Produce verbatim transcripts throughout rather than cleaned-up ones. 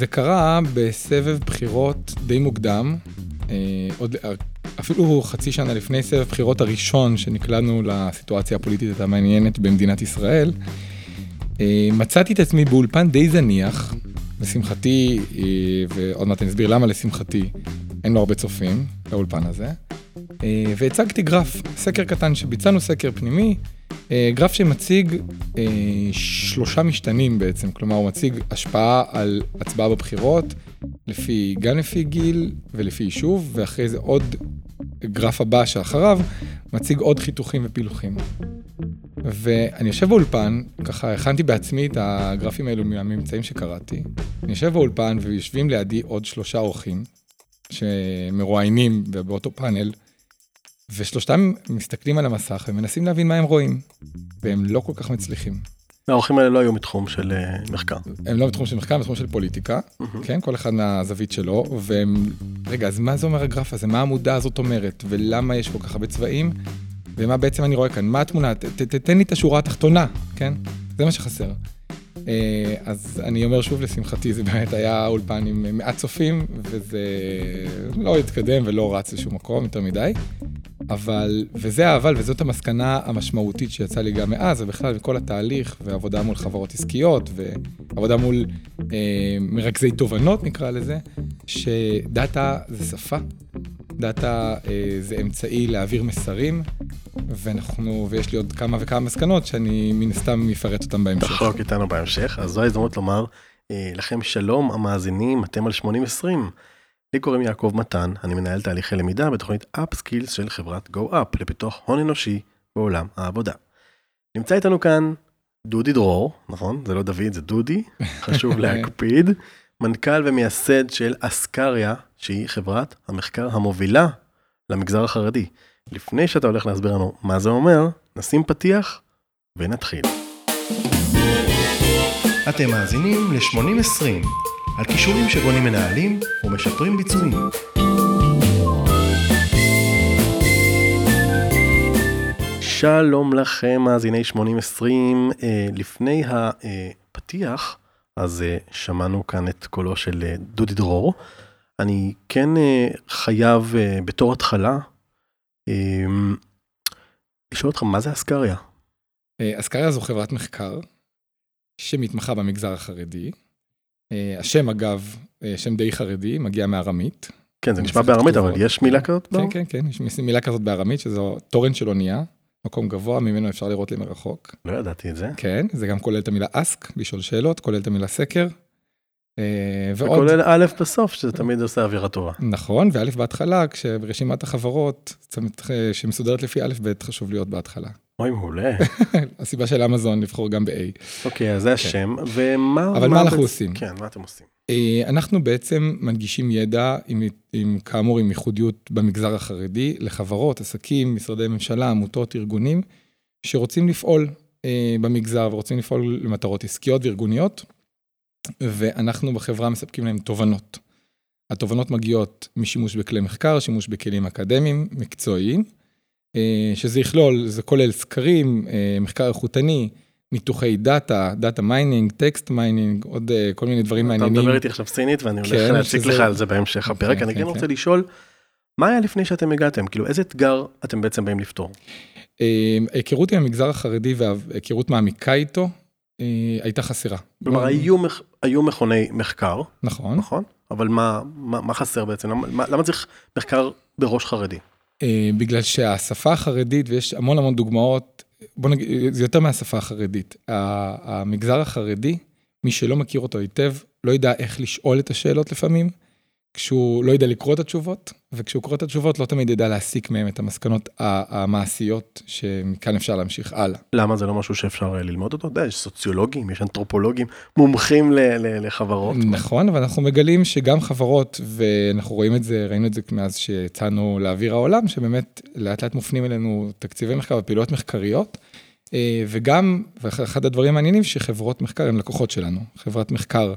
זה קרה בסבב בחירות די מוקדם, עוד, אפילו חצי שנה לפני סבב בחירות הראשון שנקלענו לסיטואציה הפוליטית המעניינת במדינת ישראל, מצאתי את עצמי באולפן די זניח, לשמחתי, ועוד מעט אני אסביר למה לשמחתי, אין לו הרבה צופים באולפן הזה, והצגתי גרף, סקר קטן שביצענו סקר פנימי, גרף שמציג שלושה משתנים בעצם, כלומר הוא מציג השפעה על הצבעה בבחירות, לפי, גם לפי גיל ולפי יישוב, ואחרי זה עוד גרף הבא שאחריו, מציג עוד חיתוכים ופילוחים. ואני יושב באולפן, ככה הכנתי בעצמי את הגרפים האלו מהממצאים שקראתי, אני יושב באולפן ויושבים לידי עוד שלושה אורחים, שמרואיינים באותו פאנל, ושלושתם מסתכלים על המסך ומנסים להבין מה הם רואים, והם לא כל כך מצליחים. האורחים האלה לא היו מתחום של מחקר. הם לא מתחום של מחקר, הם מתחום של פוליטיקה, כן? כל אחד מהזווית שלו, והם, רגע, אז מה זה אומר הגרף הזה? מה העמודה הזאת אומרת? ולמה יש כל כך הרבה צבעים? ומה בעצם אני רואה כאן? מה התמונה? תתן לי את השורה התחתונה, כן? זה מה שחסר. אז אני אומר שוב לשמחתי, זה באמת היה אולפן עם מעט צופים, וזה לא התקדם ולא רץ לשום מקום יותר מדי. אבל, וזה האבל, וזאת המסקנה המשמעותית שיצאה לי גם מאז, ובכלל בכל התהליך, ועבודה מול חברות עסקיות, ועבודה מול אה, מרכזי תובנות נקרא לזה, שדאטה זה שפה, דאטה אה, זה אמצעי להעביר מסרים, ואנחנו, ויש לי עוד כמה וכמה מסקנות, שאני מן הסתם אפרט אותם בהמשך. תחלוק איתנו בהמשך, אז זו ההזדמנות לומר אה, לכם שלום המאזינים, אתם על שמונים עשרים. לי קוראים יעקב מתן, אני מנהל תהליכי למידה בתוכנית אפסקילס של חברת GoUp לפיתוח הון אנושי בעולם העבודה. נמצא איתנו כאן דודי דרור, נכון? זה לא דוד, זה דודי, חשוב להקפיד, מנכ"ל ומייסד של אסקריה, שהיא חברת המחקר המובילה למגזר החרדי. לפני שאתה הולך להסביר לנו מה זה אומר, נשים פתיח ונתחיל. אתם מאזינים ל-שמונים עשרים. על קישורים שבונים מנהלים ומשפרים ביצועים. שלום לכם, מאזיני שמונים עשרים. לפני הפתיח, אז שמענו כאן את קולו של דודי דרור. אני כן חייב בתור התחלה לשאול אותך, מה זה אסקריה? אסקריה זו חברת מחקר שמתמחה במגזר החרדי. השם אגב, שם די חרדי, מגיע מארמית. כן, זה נשמע בארמית, אבל יש מילה כזאת? כן, כן, כן, יש מילה כזאת בארמית, שזו תורן של אונייה, מקום גבוה, ממנו אפשר לראות למרחוק. לא ידעתי את זה. כן, זה גם כולל את המילה אסק, לשאול שאלות, כולל את המילה סקר. וכולל א' בסוף, שזה תמיד עושה אווירה טובה. נכון, וא' בהתחלה, כשברשימת החברות, שמסודרת לפי א' ב' חשוב להיות בהתחלה. אוי, מעולה. הסיבה של אמזון לבחור גם ב-A. אוקיי, אז זה השם, ומה... אבל מה אנחנו עושים? כן, מה אתם עושים? אנחנו בעצם מנגישים ידע, עם כאמור, עם ייחודיות במגזר החרדי, לחברות, עסקים, משרדי ממשלה, עמותות, ארגונים, שרוצים לפעול במגזר, ורוצים לפעול למטרות עסקיות וארגוניות, ואנחנו בחברה מספקים להם תובנות. התובנות מגיעות משימוש בכלי מחקר, שימוש בכלים אקדמיים, מקצועיים, שזה יכלול, זה כולל סקרים, מחקר איכותני, ניתוחי דאטה, דאטה מיינינג, טקסט מיינינג, עוד כל מיני דברים מעניינים. אתה מדבר איתי עכשיו סינית, ואני הולך להציג לך על זה בהמשך הפרק. אני כן רוצה לשאול, מה היה לפני שאתם הגעתם? כאילו, איזה אתגר אתם בעצם באים לפתור? היכרות עם המגזר החרדי והיכרות מעמיקה איתו, הייתה חסרה. כלומר, היו מכוני מחקר. נכון. נכון? אבל מה חסר בעצם? למה צריך מחקר בראש חרדי? בגלל שהשפה החרדית, ויש המון המון דוגמאות, בוא נגיד, זה יותר מהשפה החרדית. המגזר החרדי, מי שלא מכיר אותו היטב, לא ידע איך לשאול את השאלות לפעמים, כשהוא לא ידע לקרוא את התשובות, וכשהוא קורא את התשובות, לא תמיד ידע להסיק מהם את המסקנות המעשיות, שמכאן אפשר להמשיך הלאה. למה זה לא משהו שאפשר ללמוד אותו? יש סוציולוגים, יש אנתרופולוגים, מומחים לחברות. נכון, אבל אנחנו מגלים שגם חברות, ואנחנו רואים את זה, ראינו את זה מאז שיצאנו לאוויר העולם, שבאמת לאט לאט מופנים אלינו תקציבי מחקר ופעילויות מחקריות, וגם, ואחד הדברים העניינים, שחברות מחקר הן לקוחות שלנו. חברת מחקר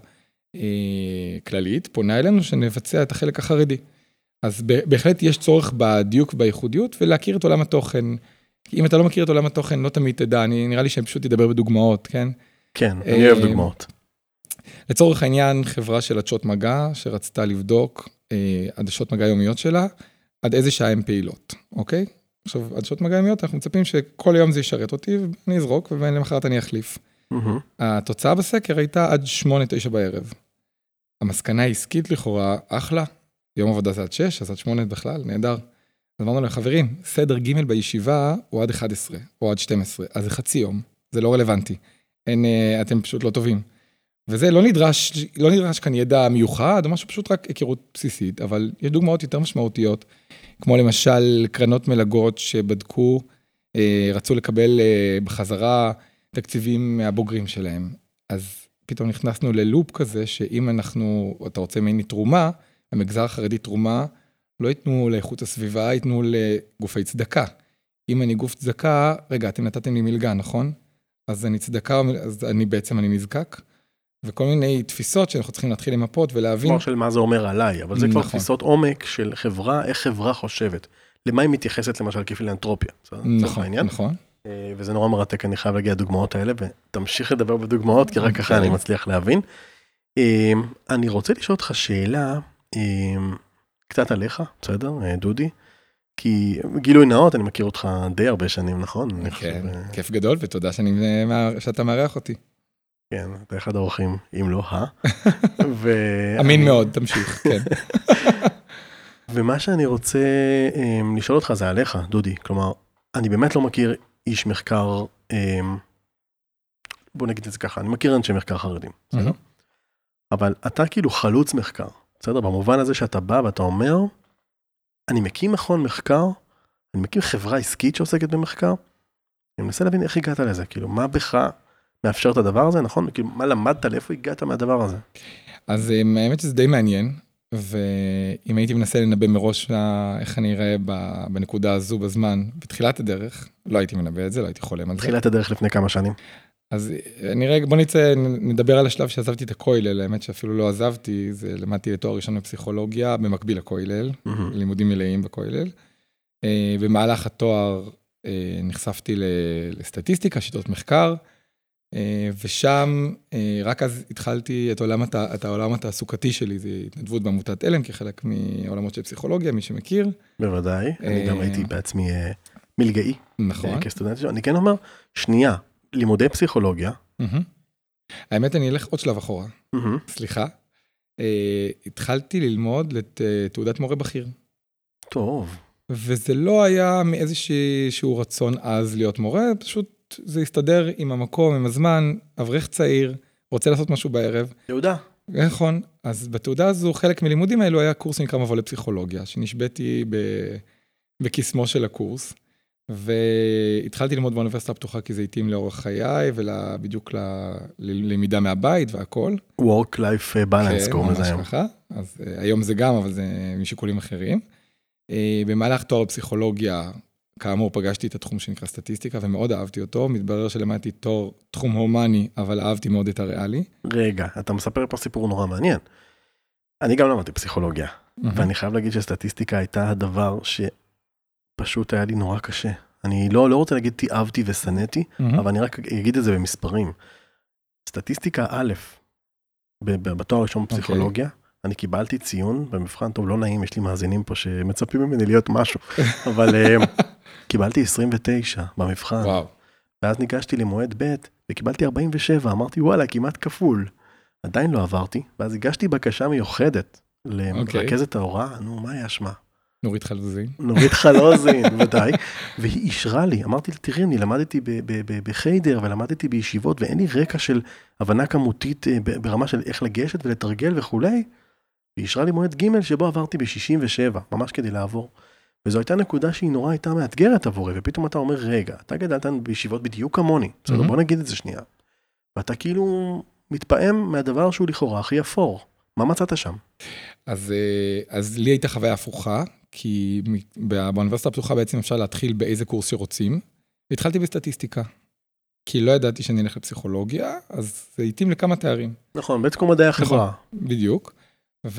כללית, פונה אלינו שנבצע את החלק החרדי. אז בהחלט יש צורך בדיוק בייחודיות, ולהכיר את עולם התוכן. אם אתה לא מכיר את עולם התוכן, לא תמיד תדע, אני נראה לי שאני פשוט אדבר בדוגמאות, כן? כן, אני אוהב דוגמאות. לצורך העניין, חברה של עדשות מגע, שרצתה לבדוק אה, עדשות מגע יומיות שלה, עד איזה שעה הן פעילות, אוקיי? עכשיו, עדשות מגע יומיות, אנחנו מצפים שכל יום זה ישרת אותי, ואני אזרוק, ולמחרת אני אחליף. Mm-hmm. התוצאה בסקר הייתה עד שמונה תשע בערב. המסקנה העסקית לכאורה, אחלה, יום עבודה זה עד שש, אז עד שמונה בכלל, נהדר. אז אמרנו להם, חברים, סדר ג' בישיבה הוא עד אחת עשרה, או עד שתים עשרה, אז זה חצי יום, זה לא רלוונטי. אין, אתם פשוט לא טובים. וזה לא נדרש, לא נדרש כאן ידע מיוחד, או משהו פשוט רק היכרות בסיסית, אבל יש דוגמאות יותר משמעותיות, כמו למשל קרנות מלגות שבדקו, רצו לקבל בחזרה תקציבים מהבוגרים שלהם. אז פתאום נכנסנו ללופ כזה, שאם אנחנו, אתה רוצה ממני תרומה, המגזר החרדי תרומה, לא ייתנו לאיכות הסביבה, ייתנו לגופי צדקה. אם אני גוף צדקה, רגע, אתם נתתם לי מלגה, נכון? אז אני צדקה, אז אני בעצם אני נזקק. וכל מיני תפיסות שאנחנו צריכים להתחיל למפות ולהבין. כמו של מה זה אומר עליי, אבל זה כבר תפיסות עומק של חברה, איך חברה חושבת. למה היא מתייחסת למשל כפילנטרופיה. נכון, נכון. וזה נורא מרתק, אני חייב להגיע לדוגמאות האלה, ותמשיך לדבר בדוגמאות, כי רק ככה אני מצליח להבין. אני רוצה לשאול אותך שאלה, קצת עליך, בסדר, דודי? כי גילוי נאות, אני מכיר אותך די הרבה שנים, נכון? כן, כיף גדול, ותודה שאתה מארח אותי. כן, אתה אחד האורחים, אם לא, אה? אמין מאוד, תמשיך, כן. ומה שאני רוצה לשאול אותך זה עליך, דודי. כלומר, אני באמת לא מכיר איש מחקר, בוא נגיד את זה ככה, אני מכיר אנשי מחקר חרדים, בסדר? אבל אתה כאילו חלוץ מחקר, בסדר? במובן הזה שאתה בא ואתה אומר, אני מקים מכון מחקר, אני מקים חברה עסקית שעוסקת במחקר, אני מנסה להבין איך הגעת לזה, כאילו, מה בך מאפשר את הדבר הזה, נכון? כאילו, מה למדת, לאיפה הגעת מהדבר הזה? אז האמת שזה די מעניין, ואם הייתי מנסה לנבא מראש איך אני אראה בנקודה הזו בזמן, בתחילת הדרך, לא הייתי מנבא את זה, לא הייתי חולם על זה. בתחילת הדרך לפני כמה שנים. אז נראה, בוא נצא, נדבר על השלב שעזבתי את הכוילל, האמת שאפילו לא עזבתי, זה למדתי לתואר ראשון בפסיכולוגיה, במקביל לכוילל, לימודים מלאים בכוילל. במהלך התואר נחשפתי לסטטיסטיקה, שיטות מחקר, ושם רק אז התחלתי את העולם, את העולם התעסוקתי שלי, זה התנדבות בעמותת אלם, כחלק מעולמות של פסיכולוגיה, מי שמכיר. בוודאי, אני גם הייתי בעצמי מלגאי. נכון. כסטודנט, אני כן אומר, שנייה, לימודי פסיכולוגיה. האמת, אני אלך עוד שלב אחורה. סליחה. התחלתי ללמוד לתעודת מורה בכיר. טוב. וזה לא היה מאיזשהו רצון אז להיות מורה, פשוט זה יסתדר עם המקום, עם הזמן, אברך צעיר, רוצה לעשות משהו בערב. תעודה. נכון. אז בתעודה הזו, חלק מלימודים האלו היה קורס נקרא מבוא לפסיכולוגיה, שנשבעתי בקסמו של הקורס. והתחלתי ללמוד באוניברסיטה הפתוחה, כי זה התאים לאורח חיי, ובדיוק ללמידה מהבית והכל. Work-life balance, קוראים לזה היום. אז היום זה גם, אבל זה משיקולים אחרים. במהלך תואר בפסיכולוגיה, כאמור, פגשתי את התחום שנקרא סטטיסטיקה, ומאוד אהבתי אותו. מתברר שלמדתי תואר תחום הומני, אבל אהבתי מאוד את הריאלי. רגע, אתה מספר פה סיפור נורא מעניין. אני גם למדתי פסיכולוגיה, ואני חייב להגיד שסטטיסטיקה הייתה הדבר ש... פשוט היה לי נורא קשה. אני לא, לא רוצה להגיד תיאבתי וסנתי, mm-hmm. אבל אני רק אגיד את זה במספרים. סטטיסטיקה א', בתואר ראשון פסיכולוגיה, okay. אני קיבלתי ציון במבחן, טוב, לא נעים, יש לי מאזינים פה שמצפים ממני להיות משהו, אבל קיבלתי עשרים ותשע במבחן, וואו. ואז ניגשתי למועד ב' וקיבלתי ארבעים ושבע, אמרתי וואלה, כמעט כפול. עדיין לא עברתי, ואז הגשתי בקשה מיוחדת לרכזת ההוראה, נו, מה היה שמה? נורית חלוזין. נורית חלוזין, בוודאי. והיא אישרה לי, אמרתי לה, תראי, אני למדתי בחיידר, ולמדתי בישיבות, ואין לי רקע של הבנה כמותית ברמה של איך לגשת ולתרגל וכולי. והיא אישרה לי מועד ג' שבו עברתי ב-שישים ושבע, ממש כדי לעבור. וזו הייתה נקודה שהיא נורא הייתה מאתגרת עבורי, ופתאום אתה אומר, רגע, אתה גדלת בישיבות בדיוק כמוני, בסדר, בוא נגיד את זה שנייה. ואתה כאילו מתפעם מהדבר שהוא לכאורה הכי אפור. מה מצאת שם? אז, אז לי הייתה חוויה הפוכה, כי באוניברסיטה הפתוחה בעצם אפשר להתחיל באיזה קורס שרוצים, והתחלתי בסטטיסטיקה, כי לא ידעתי שאני אלך לפסיכולוגיה, אז זה התאים לכמה תארים. נכון, בעצם כמו מדעי החברה. נכון, בדיוק. ו...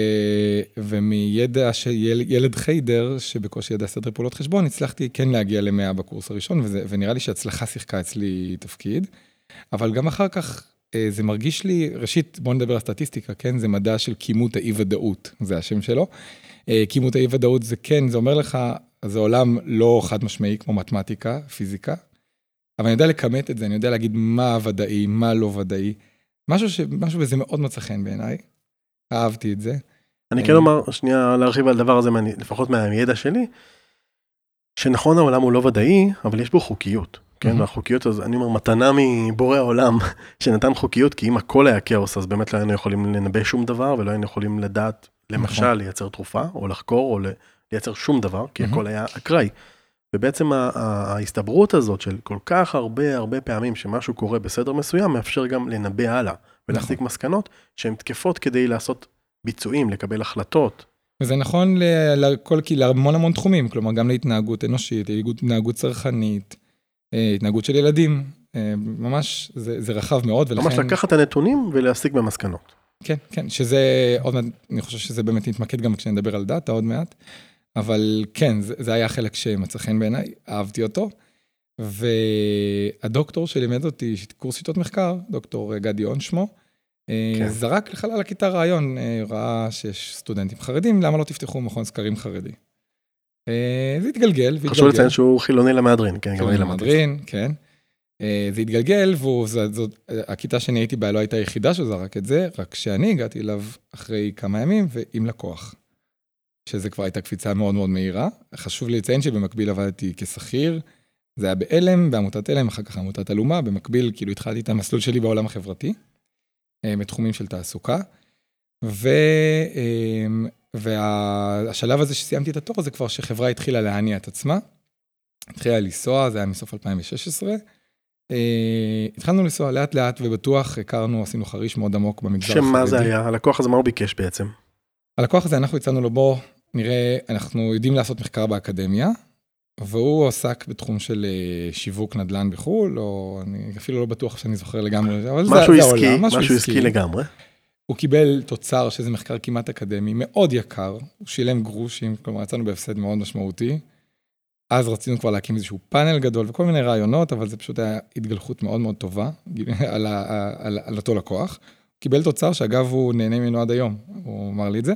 ומידע שילד חיידר, שבקושי ידע סדרי פעולות חשבון, הצלחתי כן להגיע למאה בקורס הראשון, וזה... ונראה לי שהצלחה שיחקה אצלי תפקיד, אבל גם אחר כך זה מרגיש לי, ראשית, בוא נדבר על סטטיסטיקה, כן? זה מדע של כימות האי-ודאות, זה השם שלו. כימות האי-ודאות זה כן, זה אומר לך, זה עולם לא חד משמעי, כמו מתמטיקה, פיזיקה, אבל אני יודע לכמת את זה, אני יודע להגיד מה ודאי, מה לא ודאי, משהו, ש... משהו בזה מאוד מצא חן בעיניי, אהבתי את זה. אני כן אומר, שנייה להרחיב על דבר הזה, לפחות מהידע שלי, שנכון העולם הוא לא ודאי, אבל יש בו חוקיות, כן? והחוקיות, אז אני אומר, מתנה מבורא העולם, שנתן חוקיות, כי אם הכל היה כאוס, אז באמת לא היינו יכולים לנבא שום דבר, ולא היינו יכולים לדעת, למשל, לייצר תרופה, או לחקור, או לייצר שום דבר, כי הכל היה אקראי. ובעצם ההסתברות הזאת של כל כך הרבה, הרבה פעמים שמשהו קורה בסדר מסוים, מאפשר גם לנבא הלאה, ולהסיק מסקנות שהן תקפות כדי לעשות ביצועים, לקבל החלטות. וזה נכון לכל, כי להמון המון תחומים, כלומר גם להתנהגות אנושית, התנהגות צרכנית, התנהגות של ילדים, ממש זה, זה רחב מאוד. ולכן... ממש לקחת את הנתונים ולהסיק במסקנות. כן, כן, שזה עוד מעט, אני חושב שזה באמת נתמקד גם כשנדבר על דאטה עוד מעט, אבל כן, זה, זה היה חלק שמצא חן בעיניי, אהבתי אותו, והדוקטור שלימד אותי קורס שיטות מחקר, דוקטור גדי און שמו, כן. זרק לחלל הכיתה רעיון, ראה שיש סטודנטים חרדים, למה לא תפתחו מכון סקרים חרדי? זה התגלגל, חשוב לציין שהוא חילוני למהדרין, כן, חילוני למהדרין, כן. זה התגלגל, והכיתה שאני הייתי בה לא הייתה היחידה שהוא זרק את זה, רק שאני הגעתי אליו אחרי כמה ימים ועם לקוח. שזה כבר הייתה קפיצה מאוד מאוד מהירה. חשוב לי לציין שבמקביל עבדתי כשכיר, זה היה באלם, בעמותת אלם, אחר כך עמותת אלומה, במקביל כאילו התחלתי את המסלול שלי בעולם החברתי, בתחומים של תעסוקה, ו... והשלב הזה שסיימתי את התור, זה כבר שחברה התחילה להניע את עצמה, התחילה לנסוע, זה היה מסוף אלפיים ושש עשרה, התחלנו לנסוע לאט לאט ובטוח, הכרנו, עשינו חריש מאוד עמוק במגזר החרדי. שמה זה היה? הלקוח הזה מה הוא ביקש בעצם? הלקוח הזה אנחנו הצענו לו בוא, נראה, אנחנו יודעים לעשות מחקר באקדמיה, והוא עסק בתחום של שיווק נדל"ן בחול, או אני אפילו לא בטוח שאני זוכר לגמרי, אבל משהו זה, עסקי, זה העולם, משהו, משהו עסקי לגמרי. הוא קיבל תוצר שזה מחקר כמעט אקדמי, מאוד יקר, הוא שילם גרושים, כלומר יצאנו בהפסד מאוד משמעותי, אז רצינו כבר להקים איזשהו פאנל גדול וכל מיני רעיונות, אבל זה פשוט היה התגלחות מאוד מאוד טובה על, ה, על, על אותו לקוח. הוא קיבל תוצר שאגב הוא נהנה ממנו עד היום, הוא אמר לי את זה.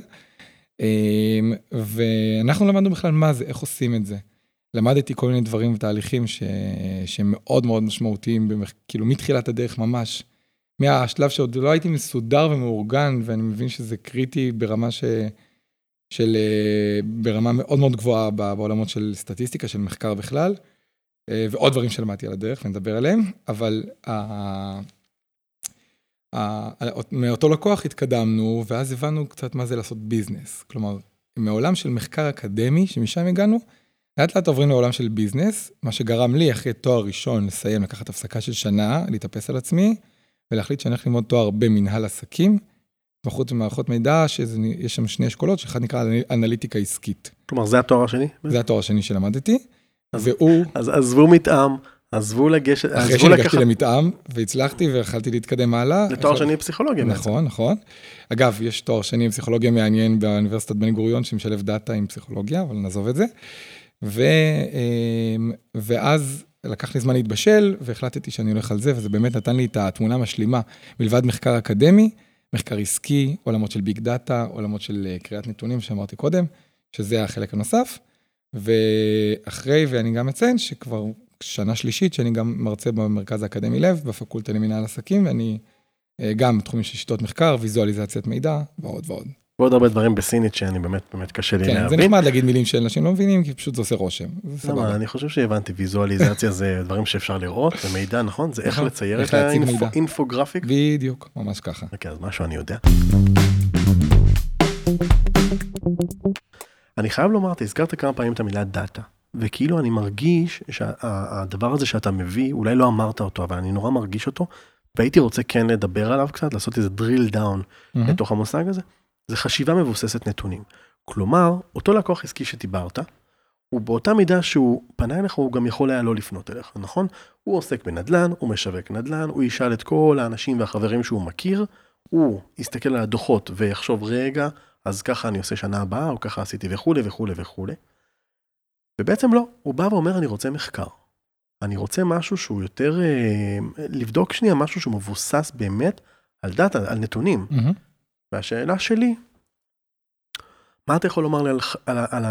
ואנחנו למדנו בכלל מה זה, איך עושים את זה. למדתי כל מיני דברים ותהליכים ש... שהם מאוד מאוד משמעותיים, במח... כאילו מתחילת הדרך ממש, מהשלב שעוד לא הייתי מסודר ומאורגן, ואני מבין שזה קריטי ברמה ש... של... ברמה מאוד מאוד גבוהה בעולמות של סטטיסטיקה, של מחקר בכלל, ועוד דברים שלמדתי על הדרך, ונדבר עליהם, אבל ה... מאותו לקוח התקדמנו, ואז הבנו קצת מה זה לעשות ביזנס. כלומר, מעולם של מחקר אקדמי, שמשם הגענו, לאט לאט עוברים לעולם של ביזנס, מה שגרם לי אחרי תואר ראשון לסיים, לקחת הפסקה של שנה, להתאפס על עצמי, ולהחליט שאני הולך ללמוד תואר במנהל עסקים, בחוץ ממערכות מידע, שיש שם שני אשכולות, שאחד נקרא אנליטיקה עסקית. כלומר, זה התואר השני? זה התואר השני שלמדתי, והוא... אז עזבו מתאם, עזבו לגשת... אחרי שהגעתי למתאם, והצלחתי והחלתי להתקדם הלאה. לתואר שני פסיכולוגיה. נכון, נכון. אגב, יש תואר שני פסיכולוגיה מעניין באוניברסיטת בן גוריון, שמשלב דאטה עם פסיכולוגיה, אבל נעזוב את זה. ו... ואז לקח לי זמן להתבשל, והחלטתי שאני הולך על זה, וזה באמת נתן לי את התמונה המשלימה, מלבד מחקר אקדמי, מחקר עסקי, עולמות של ביג דאטה, עולמות של קריאת נתונים שאמרתי קודם, שזה החלק הנוסף. ואחרי, ואני גם מציין שכבר שנה שלישית, שאני גם מרצה במרכז האקדמי לב, בפקולטה למנהל עסקים, ואני גם בתחומים של שיטות מחקר, ויזואליזציית מידע, ועוד ועוד. ועוד הרבה דברים בסינית שאני באמת, באמת קשה לי להבין. כן, זה נחמד להגיד מילים שאנשים לא מבינים, כי פשוט זה עושה רושם. למה, אני חושב שהבנתי, ויזואליזציה זה דברים שאפשר לראות, ומידע, נכון? זה איך לצייר את האינפוגרפיק? בדיוק, ממש ככה. אוקיי, אז משהו אני יודע. אני חייב לומר, אתה הזכרת כמה פעמים את המילה דאטה, וכאילו אני מרגיש שהדבר הזה שאתה מביא, אולי לא אמרת אותו, אבל אני נורא מרגיש אותו, והייתי רוצה כן לדבר עליו קצת, לעשות איזה drill down לתוך המושג הזה, זה חשיבה מבוססת נתונים. כלומר, אותו לקוח עסקי שדיברת, הוא באותה מידה שהוא פנה אליך, הוא גם יכול היה לא לפנות אליך, נכון? הוא עוסק בנדלן, הוא משווק נדלן, הוא ישאל את כל האנשים והחברים שהוא מכיר, הוא יסתכל על הדוחות ויחשוב רגע, אז ככה אני עושה שנה הבאה, או ככה עשיתי וכו' וכו' וכו'. ובעצם לא, הוא בא ואומר, אני רוצה מחקר. אני רוצה משהו שהוא יותר, לבדוק שנייה משהו שהוא מבוסס באמת על דאטה, על נתונים. Mm-hmm. והשאלה שלי, מה אתה יכול לומר לי על, על, על,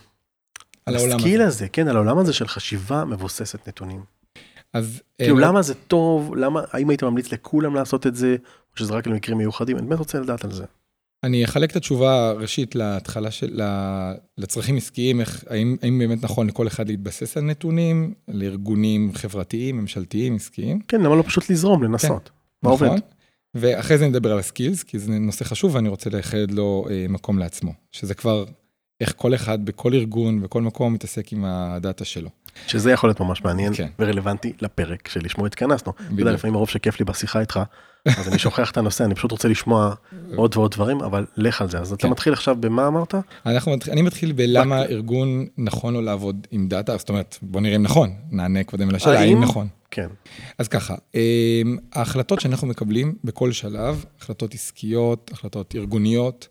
על הסקיל הזה, כן, על העולם הזה של חשיבה מבוססת נתונים? אז כאילו, למה זה טוב? למה, האם היית ממליץ לכולם לעשות את זה, או שזה רק למקרים מיוחדים? אני באמת רוצה לדעת על זה. אני אחלק את התשובה ראשית להתחלה של, לצרכים עסקיים, האם, האם באמת נכון לכל אחד להתבסס על נתונים, לארגונים חברתיים, ממשלתיים, עסקיים? כן, למה לא פשוט לזרום, לנסות? כן, מה נכון. עובד? ואחרי זה נדבר על הסקילס, כי זה נושא חשוב, ואני רוצה לאחד לו אה, מקום לעצמו, שזה כבר איך כל אחד בכל ארגון, בכל מקום מתעסק עם הדאטה שלו. שזה יכול להיות ממש מעניין כן. ורלוונטי לפרק שלשמו התכנסנו. אתה יודע, לפעמים הרוב שכיף לי בשיחה איתך, אז אני שוכח את הנושא, אני פשוט רוצה לשמוע עוד ועוד דברים, אבל לך על זה. אז אתה מתחיל עכשיו במה אמרת? אנחנו, אני מתחיל בלמה ארגון נכון לו לעבוד עם דאטה, זאת אומרת, בוא נראה אם נכון, נענה קודם לשאלה, האם נכון. כן. אז ככה, ההחלטות שאנחנו מקבלים בכל שלב, החלטות עסקיות, החלטות ארגוניות,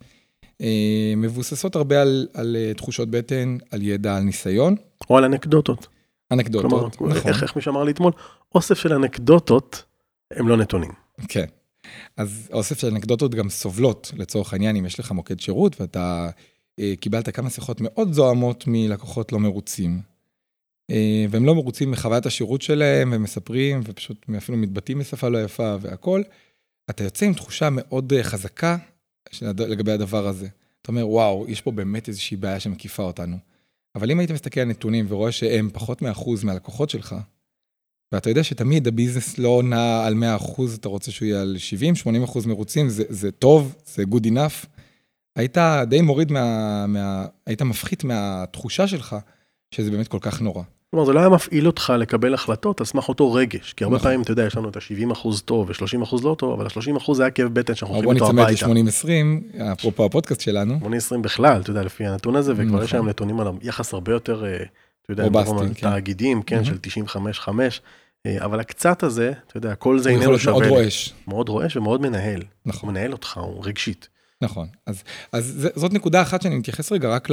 מבוססות הרבה על, על תחושות בטן, על ידע, על ניסיון. או על אנקדוטות. אנקדוטות, כלומר, נכון. איך, איך מי שאמר לי אתמול, אוסף של אנקדוטות הם לא נתונים. כן. אז אוסף של אנקדוטות גם סובלות, לצורך העניין, אם יש לך מוקד שירות, ואתה אה, קיבלת כמה שיחות מאוד זוהמות מלקוחות לא מרוצים. אה, והם לא מרוצים מחוויית השירות שלהם, ומספרים, ופשוט אפילו מתבטאים בשפה לא יפה והכל. אתה יוצא עם תחושה מאוד חזקה לגבי הדבר הזה. אתה אומר, וואו, יש פה באמת איזושהי בעיה שמקיפה אותנו. אבל אם היית מסתכל על נתונים ורואה שהם פחות מאחוז מהלקוחות שלך, ואתה יודע שתמיד הביזנס לא נע על מאה אחוז, אתה רוצה שהוא יהיה על שבעים שמונים אחוז מרוצים, זה, זה טוב, זה good enough, היית די מוריד מה, מה, היית מפחית מהתחושה שלך, שזה באמת כל כך נורא. כלומר, זה לא היה מפעיל אותך לקבל החלטות, על סמך אותו רגש, כי הרבה פעמים, אתה יודע, יש לנו את ה-שבעים אחוז טוב ו-שלושים אחוז לא טוב, אבל ה-שלושים אחוז זה היה כאב בטן שאנחנו הולכים איתו הביתה. בוא נצמד ל-שמונים עשרים, אפרופו הפודקאסט שלנו. שמונים עשרים בכלל, אתה יודע, לפי הנתון הזה, וכבר יש היום נתונים על יחס הרבה יותר, אתה יודע, תאגידים, כן, של תשעים וחמש חמש, אבל הקצת הזה, אתה יודע, כל זה איננו שווה. מאוד רועש. מאוד רועש ומאוד מנהל. נכון. הוא מנהל אותך, הוא רגשית. נכון. אז, אז זאת נקודה אחת שאני מתייחס רגע רק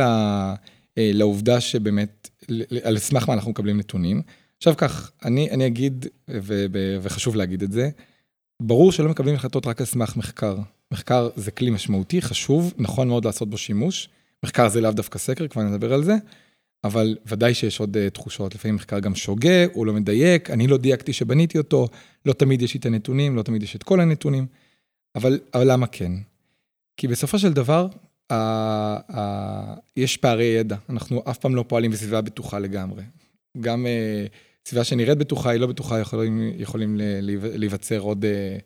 לעובדה שבאמת, על סמך מה אנחנו מקבלים נתונים. עכשיו כך, אני, אני אגיד, ו, ו, וחשוב להגיד את זה, ברור שלא מקבלים החלטות רק על סמך מחקר. מחקר זה כלי משמעותי, חשוב, נכון מאוד לעשות בו שימוש. מחקר זה לאו דווקא סקר, כבר נדבר על זה. אבל ודאי שיש עוד uh, תחושות, לפעמים מחקר גם שוגה, הוא לא מדייק, אני לא דייקתי שבניתי אותו, לא תמיד יש את הנתונים, לא תמיד יש את כל הנתונים, אבל, אבל למה כן? כי בסופו של דבר, uh, uh, יש פערי ידע, אנחנו אף פעם לא פועלים בסביבה בטוחה לגמרי. גם uh, סביבה שנראית בטוחה, היא לא בטוחה, יכולים, יכולים להיווצר עוד... Uh,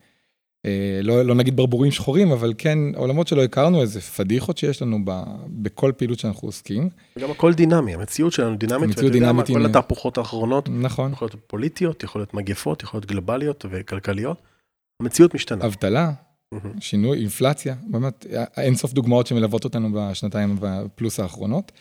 לא, לא נגיד ברבורים שחורים, אבל כן, עולמות שלא הכרנו, איזה פדיחות שיש לנו ב, בכל פעילות שאנחנו עוסקים. וגם הכל דינמי, המציאות שלנו דינמית, המציאות דינמית. כל התהפוכות האחרונות, נכון. יכול להיות פוליטיות, יכול להיות מגפות, יכול להיות גלובליות וכלכליות. המציאות משתנה. אבטלה, שינוי, אינפלציה, באמת, אין סוף דוגמאות שמלוות אותנו בשנתיים הפלוס האחרונות.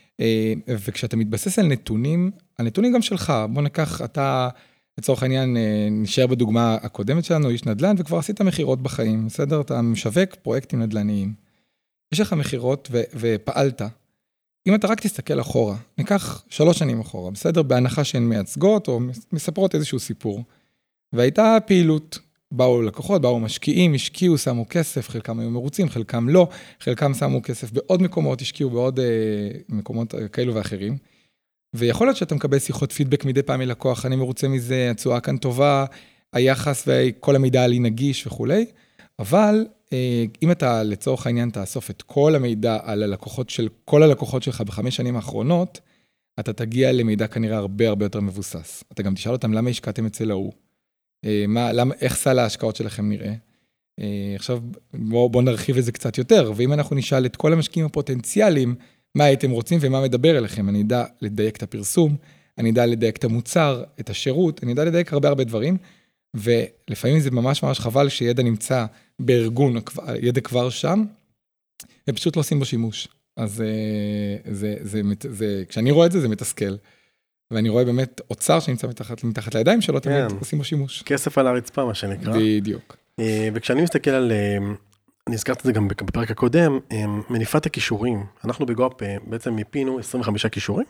וכשאתה מתבסס על נתונים, הנתונים גם שלך, בוא ניקח, אתה... לצורך העניין, נשאר בדוגמה הקודמת שלנו, איש נדל"ן, וכבר עשית מחירות בחיים, בסדר? אתה משווק פרויקטים נדל"ניים. יש לך מחירות ו- ופעלת. אם אתה רק תסתכל אחורה, ניקח שלוש שנים אחורה, בסדר? בהנחה שהן מייצגות או מספרות איזשהו סיפור. והייתה פעילות, באו לקוחות, באו משקיעים, השקיעו, שמו כסף, חלקם היו מרוצים, חלקם לא, חלקם שמו כסף בעוד מקומות, השקיעו בעוד אה, מקומות כאלו ואחרים. ויכול להיות שאתה מקבל שיחות פידבק מדי פעם מלקוח, אני מרוצה מזה, הצועה כאן טובה, היחס וכל המידע עלי נגיש וכו'. אבל אם אתה לצורך העניין תאסוף את כל המידע על הלקוחות של כל הלקוחות שלך בחמש שנים האחרונות, אתה תגיע למידע כנראה הרבה הרבה יותר מבוסס. אתה גם תשאל אותם למה השקעתם אצל ההוא, מה, למה, איך סל ההשקעות שלכם נראה. עכשיו בוא, בוא נרחיב את זה קצת יותר, ואם אנחנו נשאל את כל המשקיעים הפוטנציאליים, מה הייתם רוצים ומה מדבר אליכם, אני יודע לדייק את הפרסום, אני יודע לדייק את המוצר, את השירות, אני יודע לדייק הרבה הרבה דברים, ולפעמים זה ממש ממש חבל שידע נמצא בארגון, ידע כבר שם, ופשוט לא עושים בו שימוש. אז זה, זה, זה, זה, כשאני רואה את זה, זה מתסכל. ואני רואה באמת אוצר שנמצא מתחת, מתחת לידיים שלו, תמיד עושים בו שימוש. כסף על הרצפה, מה שנקרא. בדיוק. וכשאני מסתכל על... אני הזכרתי את זה גם בפרק הקודם, מניפת הכישורים. אנחנו בגו-אפ בעצם מיפינו עשרים וחמישה כישורים,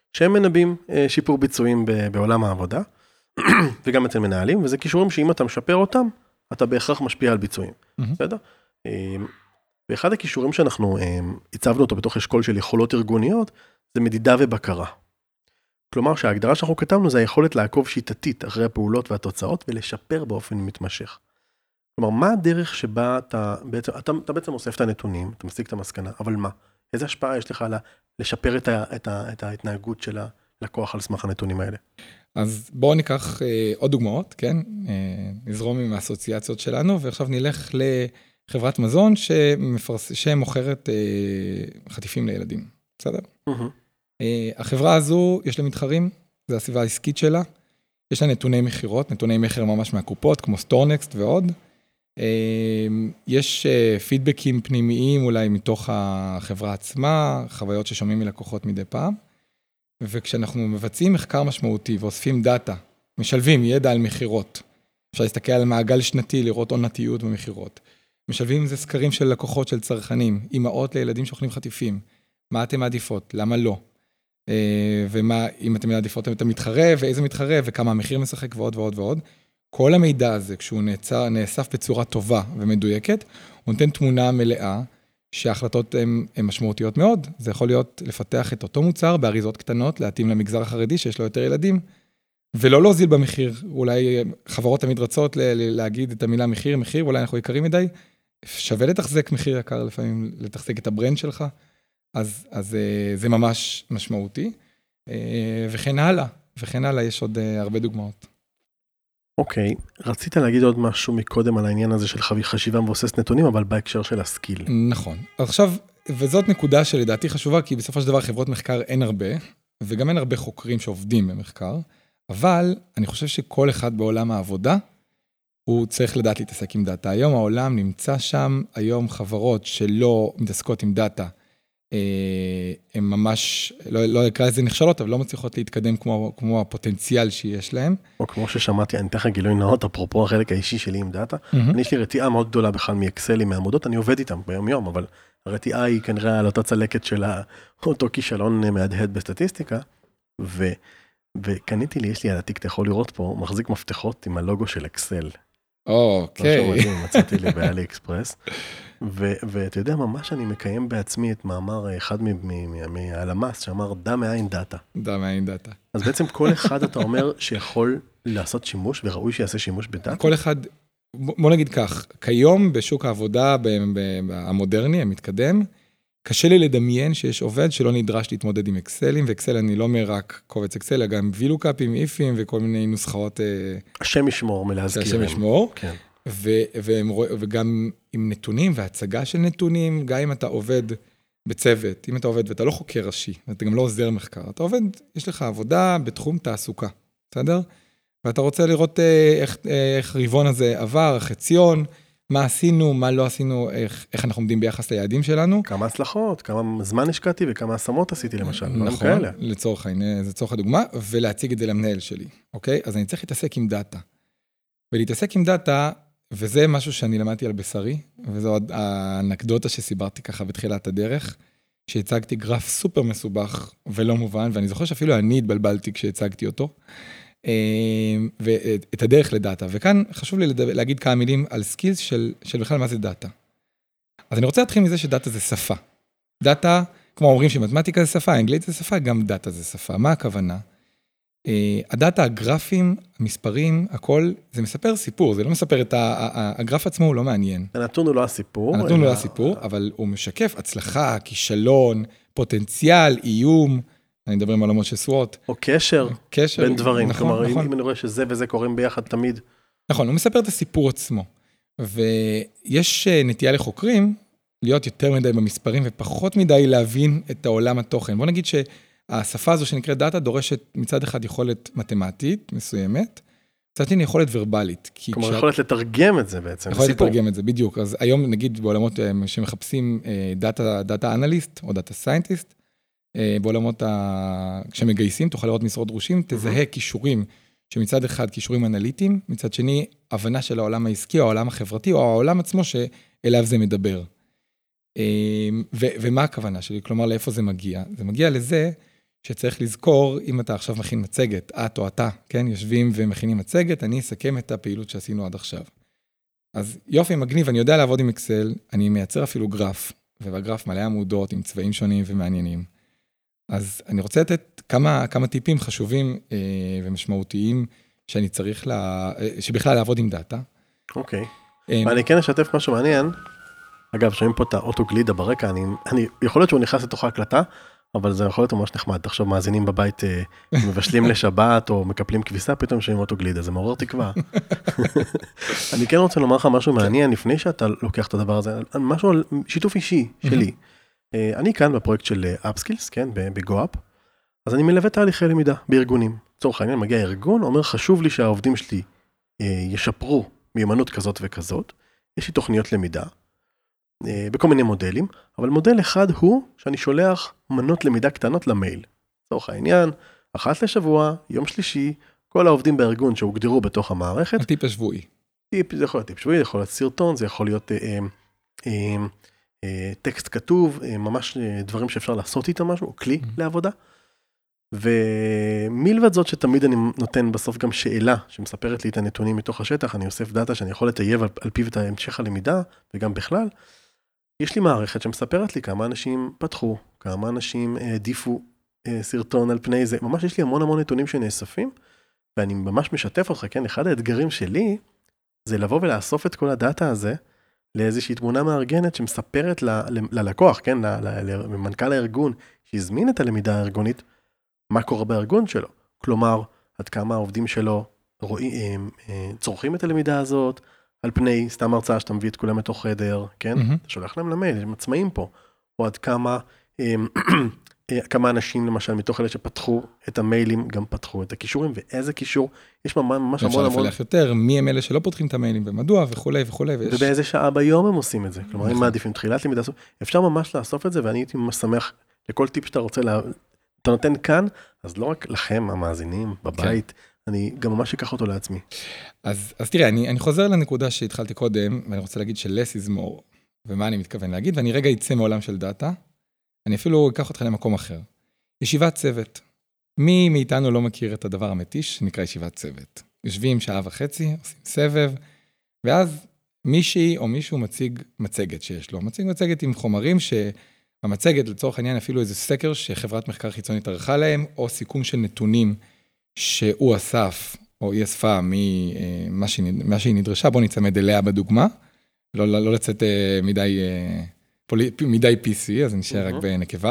שהם מנבאים שיפור ביצועים בעולם העבודה, וגם אצל מנהלים, וזה כישורים שאם אתה משפר אותם, אתה בהכרח משפיע על ביצועים. בסדר? ואחד הכישורים שאנחנו הצבנו אותו בתוך אשכול של יכולות ארגוניות, זה מדידה ובקרה. כלומר שההגדרה שאנחנו כתבנו זה היכולת לעקוב שיטתית אחרי הפעולות והתוצאות ולשפר באופן מתמשך. כלומר, מה הדרך שבה אתה בעצם, אתה, אתה בעצם אוסף את הנתונים, אתה מסיק את המסקנה, אבל מה? איזה השפעה יש לך על לשפר את, ה, את, ה, את ההתנהגות של הלקוח על סמך הנתונים האלה? אז בואו ניקח אה, עוד דוגמאות, כן? אה, נזרום עם האסוציאציות שלנו, ועכשיו נלך לחברת מזון שמפרס, שמוכרת אה, חטיפים לילדים. בסדר? Mm-hmm. אה, החברה הזו, יש לה מתחרים, זה הסביבה העסקית שלה, יש לה נתוני מחירות, נתוני מחיר ממש מהקופות, כמו סטורנקסט ועוד. יש פידבקים פנימיים אולי מתוך החברה עצמה, חוויות ששומעים מלקוחות מדי פעם, וכשאנחנו מבצעים מחקר משמעותי ואוספים דאטה, משלבים ידע על מחירות, אפשר להסתכל על מעגל שנתי, לראות עונתיות במחירות, משלבים עם זה סקרים של לקוחות של צרכנים, אימהות לילדים שאוכלים חטיפים, מה אתם מעדיפות, למה לא, ומה, אם אתם מעדיפות את המתחרה, ואיזה מתחרה, וכמה המחיר משחק ועוד ועוד ועוד, כל המידע הזה, כשהוא נאסף, נאסף בצורה טובה ומדויקת, הוא נותן תמונה מלאה, שההחלטות הן משמעותיות מאוד. זה יכול להיות לפתח את אותו מוצר באריזות קטנות, להתאים למגזר החרדי שיש לו יותר ילדים, ולא להוזיל במחיר. אולי חברות תמיד רצות להגיד את המילה מחיר, מחיר, אולי אנחנו יקרים מדי, שווה לתחזק מחיר יקר לפעמים, לתחזק את הברנד שלך, אז, אז זה ממש משמעותי, וכן הלאה, וכן הלאה, יש עוד הרבה דוגמאות. אוקיי, רצית להגיד עוד משהו מקודם על העניין הזה של חשיבה מבוססת נתונים, אבל בהקשר של הסקיל. נכון. עכשיו, וזאת נקודה שלדעתי חשובה, כי בסופו של דבר חברות מחקר אין הרבה, וגם אין הרבה חוקרים שעובדים במחקר, אבל אני חושב שכל אחד בעולם העבודה, הוא צריך לדעת להתעסק עם דאטה. היום העולם נמצא שם, היום חברות שלא מתעסקות עם דאטה, הן ממש, לא, לא אקרא לזה נכשלות, אבל לא מצליחות להתקדם כמו, כמו הפוטנציאל שיש להם. או כמו ששמעתי, אני תכף גילוי נאות, אפרופו החלק האישי שלי עם דאטה, mm-hmm. אני יש לי רתיעה מאוד גדולה בכלל מאקסלים, מהעמודות, אני עובד איתם ביום יום, אבל הרתיעה היא כנראה על אותה צלקת של אותו כישלון מהדהד בסטטיסטיקה, ו, וקניתי לי, יש לי על התיק, אתה יכול לראות פה, מחזיק מפתחות עם הלוגו של אקסל. אוקיי. משהו מדהים, מצאתי לי באלי אקספרס. ואתה יודע, ממש אני מקיים בעצמי את מאמר אחד מהלמ"ס, שאמר, דע מאין דאטה. דע מאין דאטה. אז בעצם כל אחד אתה אומר שיכול לעשות שימוש, וראוי שיעשה שימוש בדאטה? כל אחד, בוא נגיד כך, כיום בשוק העבודה המודרני, המתקדם, קשה לי לדמיין שיש עובד שלא נדרש להתמודד עם אקסלים, ואקסל אני לא אומר רק קובץ אקסל, גם וילוקאפים, איפים וכל מיני נוסחאות. השם ישמור מלהזכיר. השם ישמור. כן. ו- והם, וגם עם נתונים והצגה של נתונים, גם אם אתה עובד בצוות, אם אתה עובד ואתה לא חוקר ראשי, אתה גם לא עוזר מחקר, אתה עובד, יש לך עבודה בתחום תעסוקה, בסדר? ואתה רוצה לראות איך, איך ריבון הזה עבר, חציון, מה עשינו, מה לא עשינו, איך, איך אנחנו עומדים ביחס ליעדים שלנו. כמה הצלחות, כמה זמן השקעתי וכמה השמות עשיתי למשל. נכון, לצורך העניין, זה צורך הדוגמה, ולהציג את זה למנהל שלי, אוקיי? אז אני צריך להתעסק עם דאטה. ולהתעסק עם דאטה, וזה משהו שאני למדתי על בשרי, וזו האנקדוטה שסיברתי ככה בתחילת הדרך, שהצגתי גרף סופר מסובך ולא מובן, ואני זוכר שאפילו אני התבלבלתי כשהצגתי אותו, ואת הדרך לדאטה. וכאן חשוב לי להגיד כמה מילים על סקילס של, של בכלל מה זה דאטה. אז אני רוצה להתחיל מזה שדאטה זה שפה. דאטה, כמו אומרים שמתמטיקה זה שפה, אנגלית זה שפה, גם דאטה זה שפה. מה הכוונה? הדאטה, הגרפים, המספרים, הכל, זה מספר סיפור, זה לא מספר את ה... הגרף עצמו הוא לא מעניין. הנתון הוא לא הסיפור. הנתון הוא לא הסיפור, אבל הוא משקף הצלחה, כישלון, פוטנציאל, איום, אני מדבר עם עולמות של סואות. או קשר, קשר בין דברים. נכון, כלומר, נכון. אם אני רואה שזה וזה קוראים ביחד תמיד. נכון, הוא מספר את הסיפור עצמו. ויש נטייה לחוקרים להיות יותר מדי במספרים ופחות מדי להבין את העולם התוכן. בוא נגיד שהשפה הזו שנקראת דאטה דורשת מצד אחד יכולת מתמטית מסוימת, מצד שני יכולת ורבלית. כלומר, יכולת כשאת... לתרגם את זה בעצם. יכולת סיפור. לתרגם את זה, בדיוק. אז היום נגיד בעולמות שמחפשים דאטה, דאטה אנליסט או דאטה סיינטיסט, בעולמות ה... כשמגייסים, תוכל לראות משרות דרושים, תזהה כישורים שמצד אחד כישורים אנליטיים, מצד שני הבנה של העולם העסקי או העולם החברתי או העולם עצמו שאליו זה מדבר. ו- ומה הכוונה שלי? כלומר, לאיפה זה מגיע? זה מגיע לזה שצריך לזכור, אם אתה עכשיו מכין מצגת, את או אתה, כן, יושבים ומכינים מצגת, אני אסכם את הפעילות שעשינו עד עכשיו. אז יופי, מגניב, אני יודע לעבוד עם אקסל, אני מייצר אפילו גרף, ובגרף מלא עמודות עם צבעים שונים ומעניינים. אז אני רוצה לתת כמה, כמה טיפים חשובים אה, ומשמעותיים שאני צריך, לה, אה, שבכלל לעבוד עם דאטה. אוקיי. אה, ואני כן אשתף משהו מעניין. אגב, שומעים פה את האוטוגלידה ברקע, אני, אני, יכול להיות שהוא נכנס לתוך ההקלטה, אבל זה יכול להיות ממש נחמד. עכשיו מאזינים בבית, אה, מבשלים לשבת או מקפלים כביסה, פתאום שומעים אוטוגלידה, זה מעורר תקווה. אני כן רוצה לומר לך משהו מעניין, לפני שאתה לוקח את הדבר הזה, משהו על שיתוף אישי שלי. אני כאן בפרויקט של אפסקילס, כן, בגו-אפ, אז אני מלווה תהליכי למידה בארגונים. לצורך העניין, מגיע ארגון, אומר, חשוב לי שהעובדים שלי ישפרו מיומנות כזאת וכזאת. יש לי תוכניות למידה, בכל מיני מודלים, אבל מודל אחד הוא שאני שולח מנות למידה קטנות למייל. לצורך העניין, אחת לשבוע, יום שלישי, כל העובדים בארגון שהוגדרו בתוך המערכת. הטיפ השבועי. טיפ, זה יכול להיות טיפ שבועי, זה יכול להיות סרטון, זה יכול להיות אה, אה, אה, טקסט כתוב, אה, ממש דברים שאפשר לעשות איתם משהו, כלי mm-hmm. לעבודה. ומלבד זאת שתמיד אני נותן בסוף גם שאלה, שמספרת לי את הנתונים מתוך השטח, אני אוסף דאטה שאני יכול לטייב על, על פיו את המשך הלמידה, וגם בכלל, יש לי מערכת שמספרת לי כמה אנשים פתחו, כמה אנשים העדיפו אה, סרטון על פני זה, ממש יש לי המון המון נתונים שנאספים, ואני ממש משתף אותך, כן, אחד האתגרים שלי, זה לבוא ולאסוף את כל הדאטה הזה, לאיזושהי תמונה מארגנת שמספרת ל, ל, ללקוח, כן, למנכ"ל הארגון, שהזמין את הלמידה הארגונית, מה קורה בארגון שלו. כלומר, עד כמה העובדים שלו רואים, צורכים את הלמידה הזאת, על פני סתם הרצאה שאתה מביא את כולם לתוך חדר, כן? Mm-hmm. אתה שולח להם למייל, הם עצמאים פה. או עד כמה, כמה אנשים למשל מתוך אלה שפתחו את המיילים, גם פתחו את הכישורים, ואיזה קישור, יש ממש המון המון. אפשר לפלח יותר, מי הם אלה שלא פותחים את המיילים, ומדוע, וכו' וכו'. ובאיזה שעה ביום הם עושים את זה. כלומר, אם מעדיפים תחילת למידה, אפשר ממש לאסוף את זה, ואני הייתי ממש שמח לכל טיפ שאתה רוצה, אתה נותן כאן, אז לא רק לכם, המאזינים, בבית, אני גם ממש אקח אותו לעצמי. אז, אז תראה, אני, אני חוזר לנקודה שהתחלתי קודם, ואני רוצה להגיד של less is more, ומה אני מתכוון להגיד, ואני רגע יצא מעולם של דאטה, אני אפילו אקח אותך למקום אחר. ישיבת צוות. מי מאיתנו לא מכיר את הדבר המתיש, שנקרא ישיבת צוות. יושבים שעה וחצי, עושים סבב, ואז מישהי או מישהו מציג מצגת שיש לו. מציג מצגת עם חומרים שהמצגת, לצורך העניין, אפילו איזה סקר שחברת מחקר חיצונית ערכה להם, או סיכום של נתונים שהוא אסף, או היא אספה ממה שהיא, מה שהיא נדרשה, בוא נצמד אליה בדוגמה, לא, לא, לא לצאת מדי, מדי פי סי, אז נשאר רק בנקבה,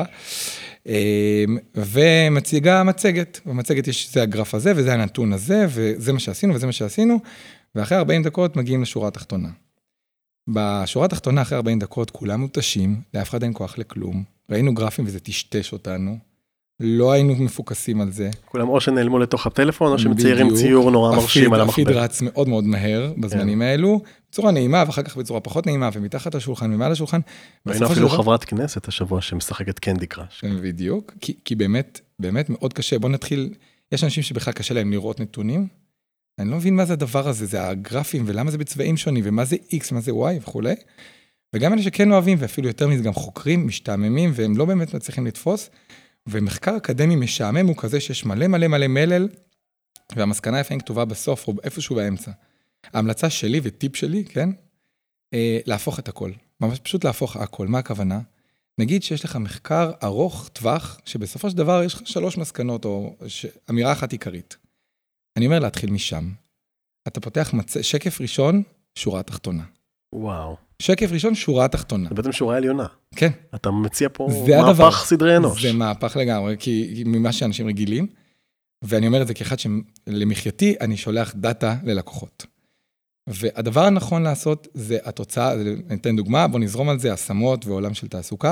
ומציגה מצגת, במצגת יש, זה הגרף הזה, וזה הנתון הזה, וזה מה שעשינו, וזה מה שעשינו, ואחרי ארבעים דקות מגיעים לשורה התחתונה. בשורה התחתונה, אחרי ארבעים דקות, כולם מותשים, לאף אחד אין כוח לכלום, ראינו גרפים וזה תשתש אותנו, לא היינו מפוקסים על זה. כולם או שנעלמו לתוך הטלפון, או שמציירים ציור נורא מרשים על המחבר. הפיד רץ מאוד מאוד מהר בזמנים האלו, בצורה נעימה, ואחר כך בצורה פחות נעימה, ומתחת לשולחן, ומעל השולחן. ראינו אפילו חברת כנסת השבוע שמשחקת קנדי קראש. בדיוק, כי באמת, באמת מאוד קשה. בוא נתחיל, יש אנשים שבכלל קשה להם לראות נתונים, אני לא מבין מה זה הדבר הזה, זה הגרפים, ולמה זה בצבעים שונים, ומה זה X, ומה זה Y וכו'. וגם אלה שכן אוהבים, ואפילו יותר מזה גם חוקרים, משתעממים, והם לא באמת מצליחים לתפוס. ומחקר אקדמי משעמם הוא כזה שיש מלא מלא מלא מלל, והמסקנה לפעמים כתובה בסוף או איפשהו באמצע. ההמלצה שלי וטיפ שלי, כן? אה, להפוך את הכל. ממש פשוט להפוך הכל. מה הכוונה? נגיד שיש לך מחקר ארוך טווח, שבסופו של דבר יש לך שלוש מסקנות, או ש... אמירה אחת עיקרית. אני אומר להתחיל משם. אתה פותח מצ... שקף ראשון, שורה תחתונה. וואו. שקף ראשון, שורה תחתונה. זה בעצם שורה עליונה. כן. אתה מציע פה מהפך הדבר, סדרי אנוש. זה מהפך לגמרי, כי ממה שאנשים רגילים, ואני אומר את זה כאחד שלמחייתי, אני שולח דאטה ללקוחות. והדבר הנכון לעשות, זה התוצאה, אני אתן דוגמה, בוא נזרום על זה, השמות ועולם של תעסוקה,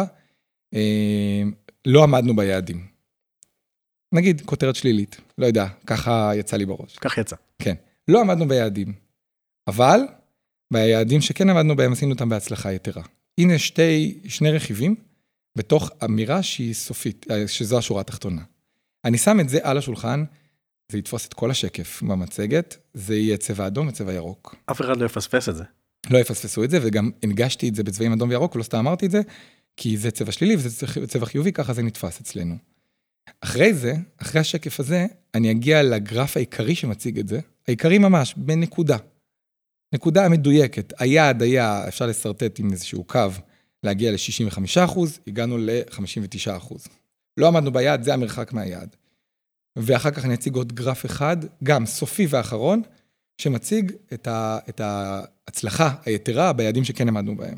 לא עמדנו ביעדים. נגיד, כותרת שלילית, לא יודע, ככה יצא לי בראש. כך יצא. כן, לא עמדנו ביעדים, אבל ביעדים שכן עמדנו בהם, עשינו אותם בהצלחה יתרה. הנה שתי, שני רכיבים, בתוך אמירה שהיא סופית, שזו השורה התחתונה. אני שם את זה על השולחן, זה יתפוס את כל השקף במצגת, זה יהיה צבע אדום וצבע ירוק. אף אחד לא יפספס את זה. לא יפספסו את זה, וגם הנגשתי את זה בצבעים אדום וירוק, ולא סתם אמרתי את זה, כי זה צבע שלילי וזה צבע חיובי, ככה זה נתפס אצלנו. אחרי זה, אחרי השקף הזה, אני אגיע לגרף העיקרי שמציג את זה, העיקרי ממש, בנקודה. נקודה מדויקת. היעד היה, אפשר לסרטט עם איזשהו קו, להגיע ל-שישים וחמישה אחוז, הגענו ל-חמישים ותשעה אחוז. לא עמדנו ביעד, זה המרחק מהיעד. ואחר כך אני אציג עוד גרף אחד, גם סופי ואחרון, שמציג את, ה, את ההצלחה היתרה ביעדים שכן עמדנו בהם.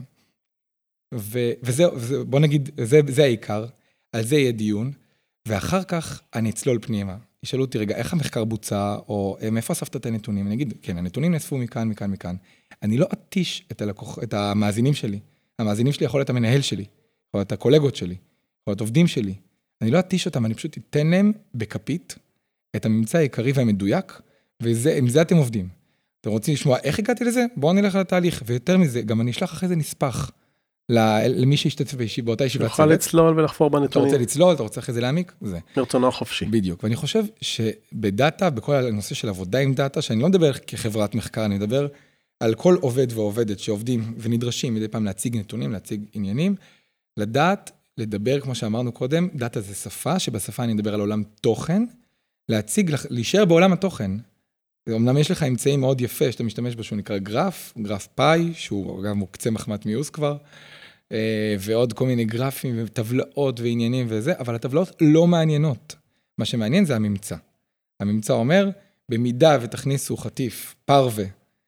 ו, וזה, וזה, בוא נגיד, זה, זה העיקר, על זה יהיה דיון, ואחר כך אני אצלול פנימה. ישאלו אותי, רגע, איך המחקר בוצע, או מאיפה אספת את הנתונים? אני אגיד, כן, הנתונים נאספו מכאן, מכאן, מכאן. אני לא אטיש את, הלקוח, את המאזינים שלי. המאזינים שלי יכול להיות המנהל שלי, יכול להיות הקולגות שלי, יכול להיות עובדים שלי. אני לא אטיש אותם, אני פשוט אתן להם בכפית את הממצא העיקרי והמדויק, ועם זה אתם עובדים. אתם רוצים לשמוע איך הגעתי לזה? בואו נלך לתהליך, ויותר מזה, גם אני אשלח אחרי זה נספח, למי שישתתף באותה ישיבת צוות. יוכל לצלול ולחפור בנתונים. אתה רוצה לצלול, אתה רוצה אחרי זה להעמיק? זה. מרצונו החופשי. בדיוק, ואני חושב שבדאטה, בכל הנושא של עבודה עם דאטה, שאני לא מדבר כחברת מחקר, אני מדבר על כל עובד ועובדת שעובדים ונדרשים מדי פעם להציג נתונים, להציג עניינים, לדעת, לדבר, כמו שאמרנו קודם, דאטה זה שפה, שבשפה אני מדבר על עולם תוכן, להציג, להישאר בעולם התוכן. אמנם יש לך אמצעים מאוד יפה, שאתה משתמש בו, שהוא נקרא גרף, גרף פאי, שהוא גם מוקצה מחמת מיוס כבר, ועוד כל מיני גרפים וטבלאות ועניינים וזה, אבל הטבלאות לא מעניינות. מה שמעניין זה הממצא. הממצא אומר, במידה ותכניסו חטיף פרווה,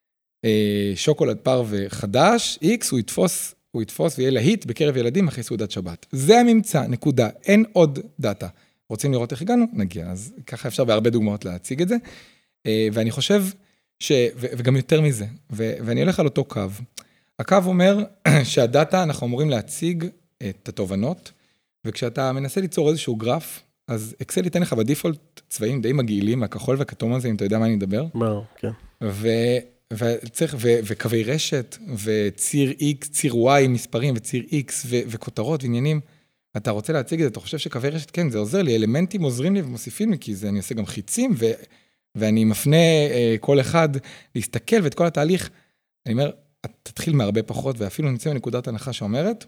שוקולד פרווה חדש, X, הוא יתפוס, הוא יתפוס ויהיה להיט בקרב ילדים אחרי סעודת שבת. זה הממצא, נקודה. אין עוד דאטה. רוצים לראות איך הגענו? נגיע. אז ככה אפשר בהרבה דוגמאות להציג את זה. ואני חושב ש... וגם יותר מזה, ו... ואני הולך על אותו קו. הקו אומר שהדאטה, אנחנו אמורים להציג את התובנות, וכשאתה מנסה ליצור איזשהו גרף, אז אקסל ייתן לך בדיפולט צבעים די מגעילים, הכחול והכתום הזה, אם אתה יודע מה אני מדבר. ברור, כן. ו... וצריך, ו... וקווי רשת, וציר X, ציר Y, מספרים, וציר X, ו... וכותרות ועניינים. אתה רוצה להציג את זה, אתה חושב שקווי רשת, כן, זה עוזר לי, אלמנטים עוזרים לי ומוסיפים לי, כי זה, אני עושה גם חיצים, ו... ואני מפנה כל אחד להסתכל ואת כל התהליך. אני אומר, תתחיל מהרבה פחות, ואפילו נצא מנקודת הנחה שאומרת,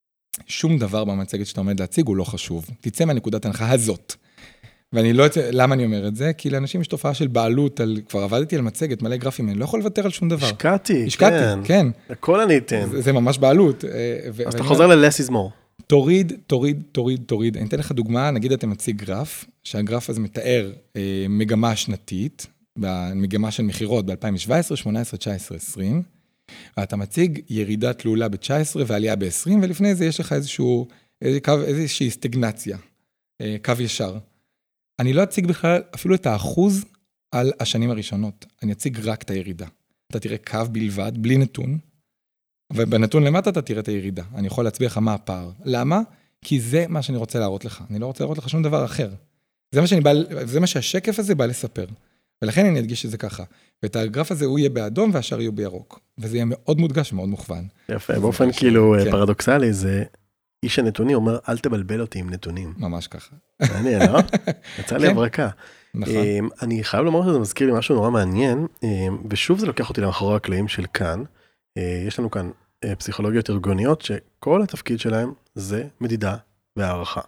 שום דבר במצגת שאתה עומד להציג הוא לא חשוב. תצא מהנקודת הנחה הזאת. ואני לא אצא, למה אני אומר את זה? כי לאנשים יש תופעה של בעלות, על, כבר עבדתי על מצגת, מלא גרפים, אני לא יכול לוותר על שום דבר. השקעתי, השקעתי, כן. כן. הכל אני אתן. זה, זה ממש בעלות. אז אתה חוזר ל-less is more. תוריד, תוריד, תוריד, תוריד. אני אתן לך דוגמה, נגיד אתה מציג גרף, שהגרף הזה מתאר אה, מגמה שנתית, במגמה של מחירות ב-אלפיים שבע עשרה, שמונה עשרה, תשע עשרה, עשרים, ואתה מציג ירידה תלולה ב-תשע עשרה ועלייה ב-עשרים, ולפני זה יש לך איזשהו, איזה קו, איזושהי סטגנציה, אה, קו ישר. אני לא אציג בכלל אפילו את האחוז על השנים הראשונות, אני אציג רק את הירידה. אתה תראה קו בלבד, בלי נתון, ובנתון למטה אתה תראה את הירידה. אני יכול להצביע לך מה הפער. למה? כי זה מה שאני רוצה להראות לך. אני לא רוצה להראות לך שום דבר אחר. זה מה שאני בא, זה מה שהשקף הזה בא לספר. ולכן אני אדגיש שזה ככה. ואת הגרף הזה הוא יהיה באדום והשאר יהיו בירוק. וזה יהיה מאוד מודגש, מאוד מוכוון. יפה, באופן כאילו פרדוקסלי, זה איש הנתוני אומר, אל תבלבל אותי עם נתונים. ממש ככה. מעניין, לא? יצא לי הברקה. נכון. אני חייב לומר שזה מזכיר לי משהו נורא מעניין, ושוב זה לוקח אותי למאחורי הקלעים של כאן. יש לנו כאן פסיכולוגיות ארגוניות שכל התפקיד שלהם זה מדידה והערכה.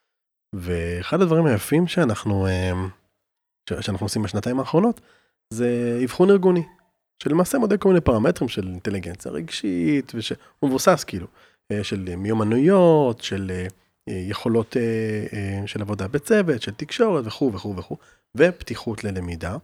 ואחד הדברים היפים שאנחנו, שאנחנו עושים בשנתיים האחרונות, זה אבחון ארגוני, שלמעשה מודד כל מיני פרמטרים של אינטליגנציה רגשית, ושהוא מבוסס כאילו, של מיומנויות, של יכולות של עבודה בצוות, של תקשורת וכו' וכו' וכו', ופתיחות ללמידה.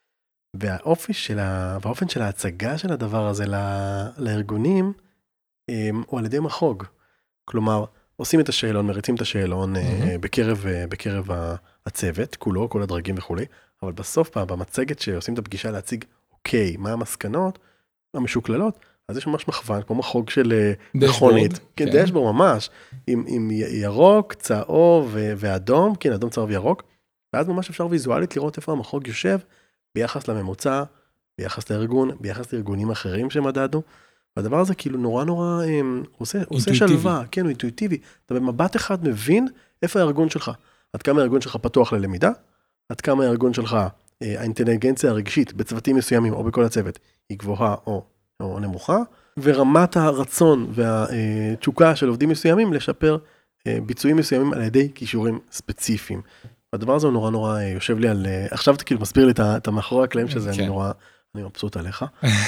והאופי של ה... והאופן של ההצגה של הדבר הזה לארגונים, הוא על ידי מחוג. כלומר, עושים את השאלון, מריצים את השאלון mm-hmm. בקרב, בקרב הצוות, כולו, כל הדרגים וכו', אבל בסוף, במצגת שעושים את הפגישה להציג, אוקיי, מה המסקנות המשוקללות, אז יש ממש מכוון, כמו מחוג של מכונית. כן, כן. דשבורד ממש, עם, עם ירוק, צהוב ואדום, כן, אדום, צהוב, ירוק, ואז ממש אפשר ויזואלית לראות איפה המחוג יושב, ביחס לממוצע, ביחס לארגון, ביחס לארגונים אחרים שמדדנו, והדבר הזה כאילו נורא נורא, הוא עושה, עושה שלווה, כן, הוא אינטואיטיבי, אתה במבט אחד מבין איפה הארגון שלך, עד כמה הארגון שלך פתוח ללמידה, עד כמה הארגון שלך, האינטליגנציה הרגשית בצוותים מסוימים או בכל הצוות, היא גבוהה או, או נמוכה, ורמת הרצון והתשוקה של עובדים מסוימים לשפר ביצועים מסוימים על ידי כישורים ספציפיים. הדבר הזה הוא נורא נורא יושב לי על, עכשיו אתה כאילו מסביר לי את המאחורי הקלעים שזה, אני נורא, אני מבסוט עליך.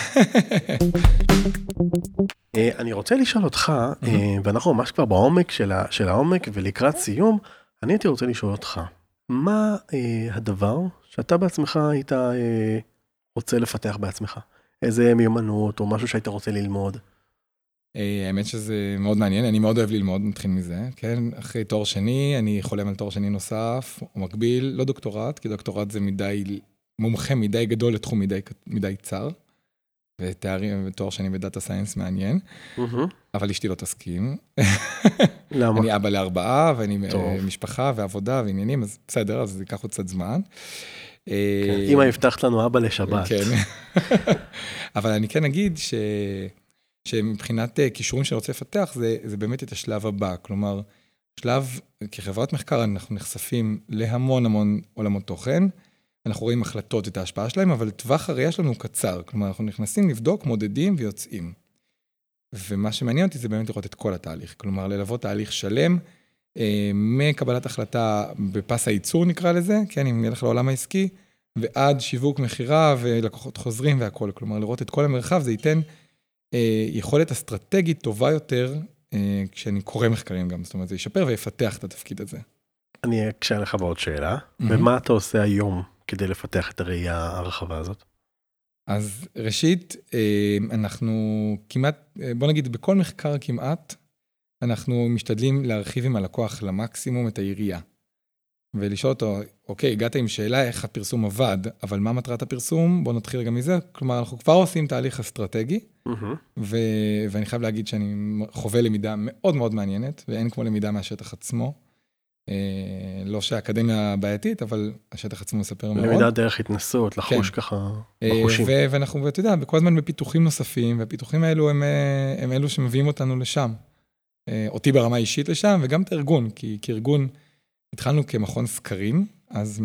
אני רוצה לשאול אותך, ואנחנו ממש כבר בעומק של העומק, ולקראת סיום, אני הייתי רוצה לשאול אותך, מה הדבר שאתה בעצמך היית רוצה לפתח בעצמך? איזה מיומנות או משהו שהיית רוצה ללמוד? האמת שזה מאוד מעניין, אני מאוד אוהב ללמוד, נתחיל מזה, כן? אחרי תואר שני, אני חולם על תואר שני נוסף, או מקביל, לא דוקטורט, כי דוקטורט זה מדי, מומחה מדי גדול לתחום מדי, מדי צר, ותארים ותואר שני בדאטה סיינס מעניין, אבל אשתי לא תסכים. למה? אני אבא לארבעה, ואני משפחה ועבודה ועניינים, אז בסדר, אז זה ייקח עוד קצת זמן. אמא הבטחת לנו אבא לשבת. כן. אבל אני כן אגיד ש... שמבחינת כישורים שאני רוצה לפתח, זה, זה באמת את השלב הבא. כלומר, שלב, כחברת מחקר, אנחנו נחשפים להמון המון עולמות תוכן, אנחנו רואים החלטות את ההשפעה שלהם, אבל טווח הראייה שלנו הוא קצר. כלומר, אנחנו נכנסים לבדוק, מודדים ויוצאים. ומה שמעניין אותי זה באמת לראות את כל התהליך. כלומר, ללוות תהליך שלם, אה, מקבלת החלטה בפס הייצור נקרא לזה, כן, אם נלך לעולם העסקי, ועד שיווק מחירה ולקוחות חוזרים והכל. כלומר, לראות את כל המרחב, זה ייתן יכולת אסטרטגית טובה יותר, כשאני קורא מחקרים גם, זאת אומרת, זה ישפר ויפתח את התפקיד הזה. אני אקשה לך בעוד שאלה, ומה אתה עושה היום כדי לפתח את הראייה הרחבה הזאת? אז ראשית, אנחנו כמעט, בוא נגיד, בכל מחקר כמעט, אנחנו משתדלים להרחיב עם הלקוח למקסימום את היריעה. ולשאול אותו, אוקיי, הגעת עם שאלה איך הפרסום עבד, אבל מה מטרת הפרסום? בוא נתחיל רגע מזה. כלומר, אנחנו כבר עושים תהליך אסטרטגי, ו... ואני חייב להגיד שאני חווה למידה מאוד מאוד מעניינת, ואין כמו למידה מהשטח עצמו. לא שהאקדמיה בעייתית, אבל השטח עצמו מספר מאוד. למידה דרך התנסות, לחוש כן. ככה בחושים. ו... ואנחנו, ואתה יודע, בכל הזמן בפיתוחים נוספים, והפיתוחים האלו הם, הם אלו שמביאים אותנו לשם. אותי ברמה אישית לשם, וגם את הארגון, כי כארגון התחלנו כמכון סקרים, אז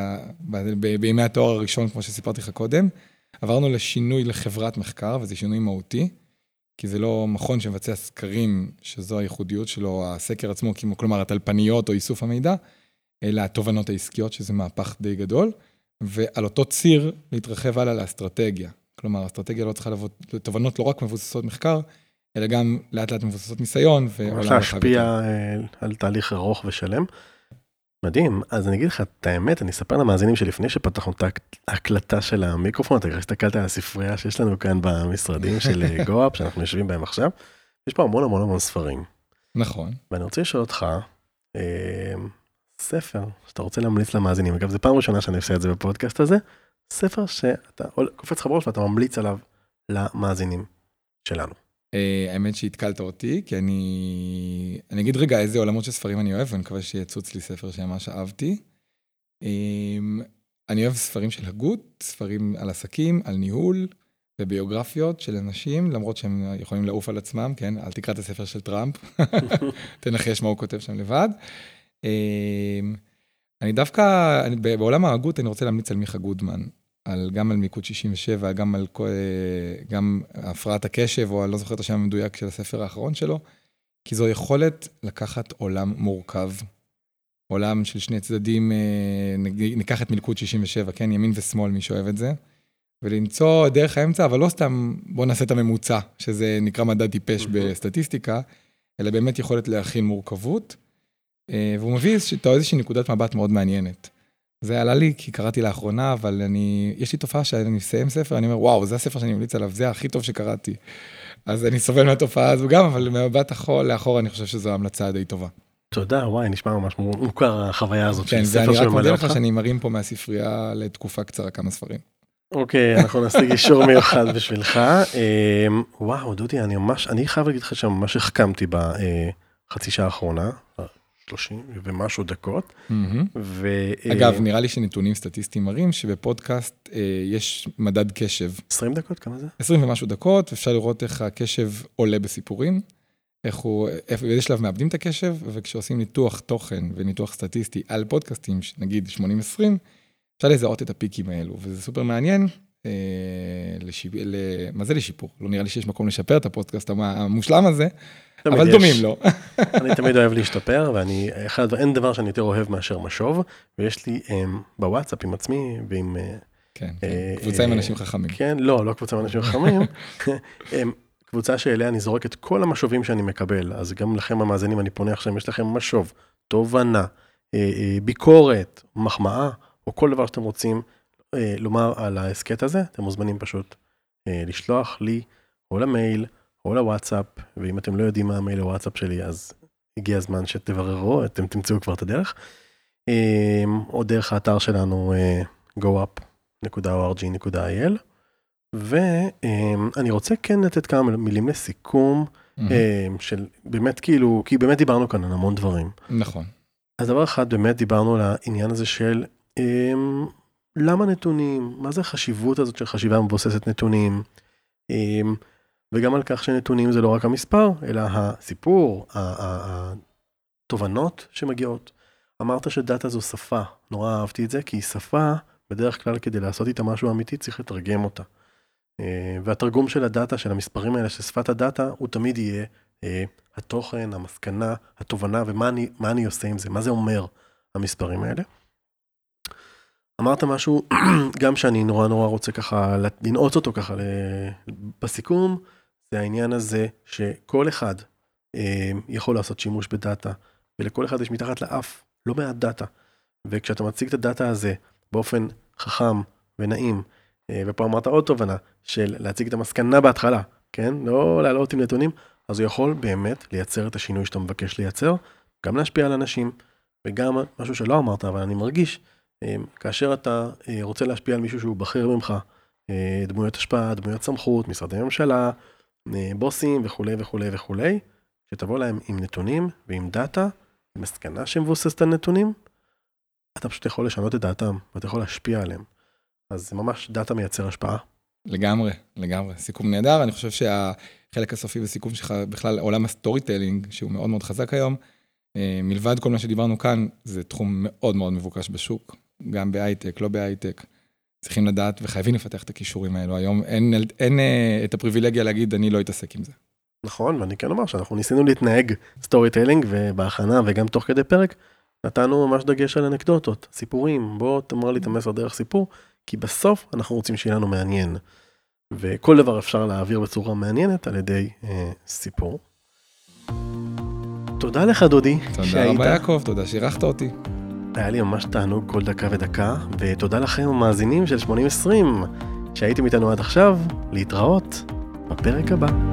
בימי התואר הראשון, כמו שסיפרתי לך קודם, עברנו לשינוי לחברת מחקר, וזה שינוי מהותי, כי זה לא מכון שמבצע סקרים, שזו הייחודיות שלו, הסקר עצמו, כלומר, הטלפניות או איסוף המידע, אלא התובנות העסקיות, שזה מהפך די גדול, ועל אותו ציר להתרחב הלאה לאסטרטגיה. כלומר, האסטרטגיה לא צריכה לבוא לתובנות לא רק מבוססות מחקר, אלא גם לאט לאט מבוססות ניסיון, ועולם להשפיע על תהליך ארוך ושלם. מדהים, אז אני אגיד לך את האמת, אני אספר למאזינים שלפני שפתחנו את ההקלטה של המיקרופון, אתה כבר הסתכלת על הספרייה שיש לנו כאן במשרדים של גו-אפ, שאנחנו יושבים בהם עכשיו, יש פה המון המון המון ספרים. נכון. ואני רוצה לשאול אותך, אה, ספר שאתה רוצה להמליץ למאזינים, אגב, זו פעם ראשונה שאני עושה את זה בפודקאסט הזה, ספר שאתה קופץ לך בראש ואתה ממליץ עליו למאזינים שלנו. האמת שהתקלת אותי, כי אני, אני אגיד רגע איזה עולמות של ספרים אני אוהב, ואני מקווה שיצוץ לי ספר שממש אהבתי. אני אוהב ספרים של הגות, ספרים על עסקים, על ניהול וביוגרפיות של אנשים, למרות שהם יכולים לעוף על עצמם, כן? אל תקרא את הספר של טראמפ, תנחש מה הוא כותב שם לבד. אני דווקא, בעולם ההגות אני רוצה להמליץ על מיכה גודמן. על, גם על מיקוד שישים ושבע, גם על גם הפרעת הקשב, או אני לא זוכר את השם המדויק של הספר האחרון שלו, כי זו יכולת לקחת עולם מורכב, עולם של שני צדדים, ניקח את מלכוד שישים ושבע, כן, ימין ושמאל, מי שאוהב את זה, ולמצוא דרך האמצע, אבל לא סתם בוא נעשה את הממוצע, שזה נקרא מדד טיפש בסטטיסטיקה, אלא באמת יכולת להכין מורכבות, והוא מביא איזושהי נקודת מבט מאוד מעניינת. זה עלה לי כי קראתי לאחרונה, אבל אני, יש לי תופעה שאני מסיים ספר, אני אומר, וואו, זה הספר שאני ממליץ עליו, זה הכי טוב שקראתי. אז אני סובל מהתופעה הזו גם, אבל מבט לאחור, אני חושב שזו המלצה די טובה. תודה, וואי, נשמע ממש מוכר החוויה הזאת של ספר שממלא אותך. כן, ואני רק מודה לך שאני מרים פה מהספרייה לתקופה קצרה כמה ספרים. אוקיי, אנחנו נשיג אישור מיוחד בשבילך. וואו, דודי, אני ממש, אני חייב להגיד לך שממש החכמתי בחצי שעה האחרונה, שלושים ומשהו דקות. אגב, נראה לי שנתונים סטטיסטיים מראים שבפודקאסט יש מדד קשב. עשרים דקות, כמה זה? עשרים ומשהו דקות, אפשר לראות איך הקשב עולה בסיפורים, איך הוא, באיזה שלב מאבדים את הקשב, וכשעושים ניתוח תוכן וניתוח סטטיסטי על פודקאסטים, נגיד שמונים עשרים, אפשר לזהות את הפיקים האלו, וזה סופר מעניין. מה זה לשיפור? לא נראה לי שיש מקום לשפר את הפודקאסט המושלם הזה, אבל יש. דומים לו. אני תמיד אוהב להשתפר, ואני, אחד, אין דבר שאני יותר אוהב מאשר משוב, ויש לי um, בוואטסאפ עם עצמי, ועם... כן, כן. קבוצה עם אנשים חכמים. כן, לא, לא קבוצה עם אנשים חכמים. קבוצה שאליה אני זורק את כל המשובים שאני מקבל, אז גם לכם המאזינים, אני פונה עכשיו, יש לכם משוב, תובנה, ביקורת, מחמאה, או כל דבר שאתם רוצים לומר על העסקט הזה, אתם מוזמנים פשוט לשלוח לי, או למייל, או לוואטסאפ, ואם אתם לא יודעים מה המייל או וואטסאפ שלי, אז הגיע הזמן שתבררו, אתם תמצאו כבר את הדרך, או דרך האתר שלנו, גו אפ נקודה או אר ג'י נקודה איי אל, ואני רוצה כן לתת כמה מילים לסיכום, של באמת כאילו, כי באמת דיברנו כאן על המון דברים. נכון. אז דבר אחד, באמת דיברנו על העניין הזה של, למה נתונים, מה זה החשיבות הזאת של חשיבה מבוססת נתונים, וגם על כך שנתונים זה לא רק המספר, אלא הסיפור, התובנות שמגיעות. אמרת שדאטה זו שפה, נורא אהבתי את זה, כי שפה, בדרך כלל כדי לעשות איתה משהו אמיתי, צריך לתרגם אותה. והתרגום של הדאטה, של המספרים האלה, של שפת הדאטה, הוא תמיד יהיה התוכן, המסקנה, התובנה, ומה אני, מה אני עושה עם זה, מה זה אומר, המספרים האלה. אמרת משהו, גם שאני נורא נורא רוצה ככה, לנעוץ אותו ככה בסיכום, זה העניין הזה שכל אחד יכול לעשות שימוש בדאטה, ולכל אחד יש מתחת לאף, לא מעט דאטה. וכשאתה מציג את הדאטה הזה באופן חכם ונעים, ופה אמרת עוד תובנה, של להציג את המסקנה בהתחלה, כן? לא לעלות עם נתונים, אז הוא יכול באמת לייצר את השינוי שאתה מבקש לייצר, גם להשפיע על אנשים, וגם משהו שלא אמרת, אבל אני מרגיש, כאשר אתה רוצה להשפיע על מישהו שהוא בכיר ממך, דמויות השפעה, דמויות סמכות, משרדי ממשלה, בוסים וכו' וכו' וכו', שתבוא להם עם נתונים ועם דאטה, עם מסקנה שמבוססת על נתונים, אתה פשוט יכול לשנות את דעתם, ואתה יכול להשפיע עליהם. אז זה ממש דאטה מייצר השפעה. לגמרי, לגמרי. סיכום נהדר. אני חושב שהחלק הסופי בסיכום שלך, בכלל עולם הסטורי טיילינג, שהוא מאוד מאוד חזק היום, מלבד כל מה שדיברנו כאן, זה תחום מאוד מאוד מבוקש בשוק, גם בהייטק, לא בהייטק. צריכים לדעת וחייבים לפתח את הכישורים האלו. היום אין, אין את הפריבילגיה להגיד, אני לא אתעסק עם זה. נכון, ואני כן אומר שאנחנו ניסינו להתנהג סטורי טיילינג, ובהכנה וגם תוך כדי פרק, נתנו ממש דגש על אנקדוטות, סיפורים, בוא תאמר לי את המסר דרך סיפור, כי בסוף אנחנו רוצים שיהיה לנו מעניין, וכל דבר אפשר להעביר בצורה מעניינת על ידי אה, סיפור. תודה לך דודי. תודה שהיית. רבה יעקב, תודה שהירחת אותי. היה לי ממש תענוג כל דקה ודקה, ותודה לכם המאזינים של שמונים עשרים, שהייתם איתנו עד עכשיו, להתראות בפרק הבא.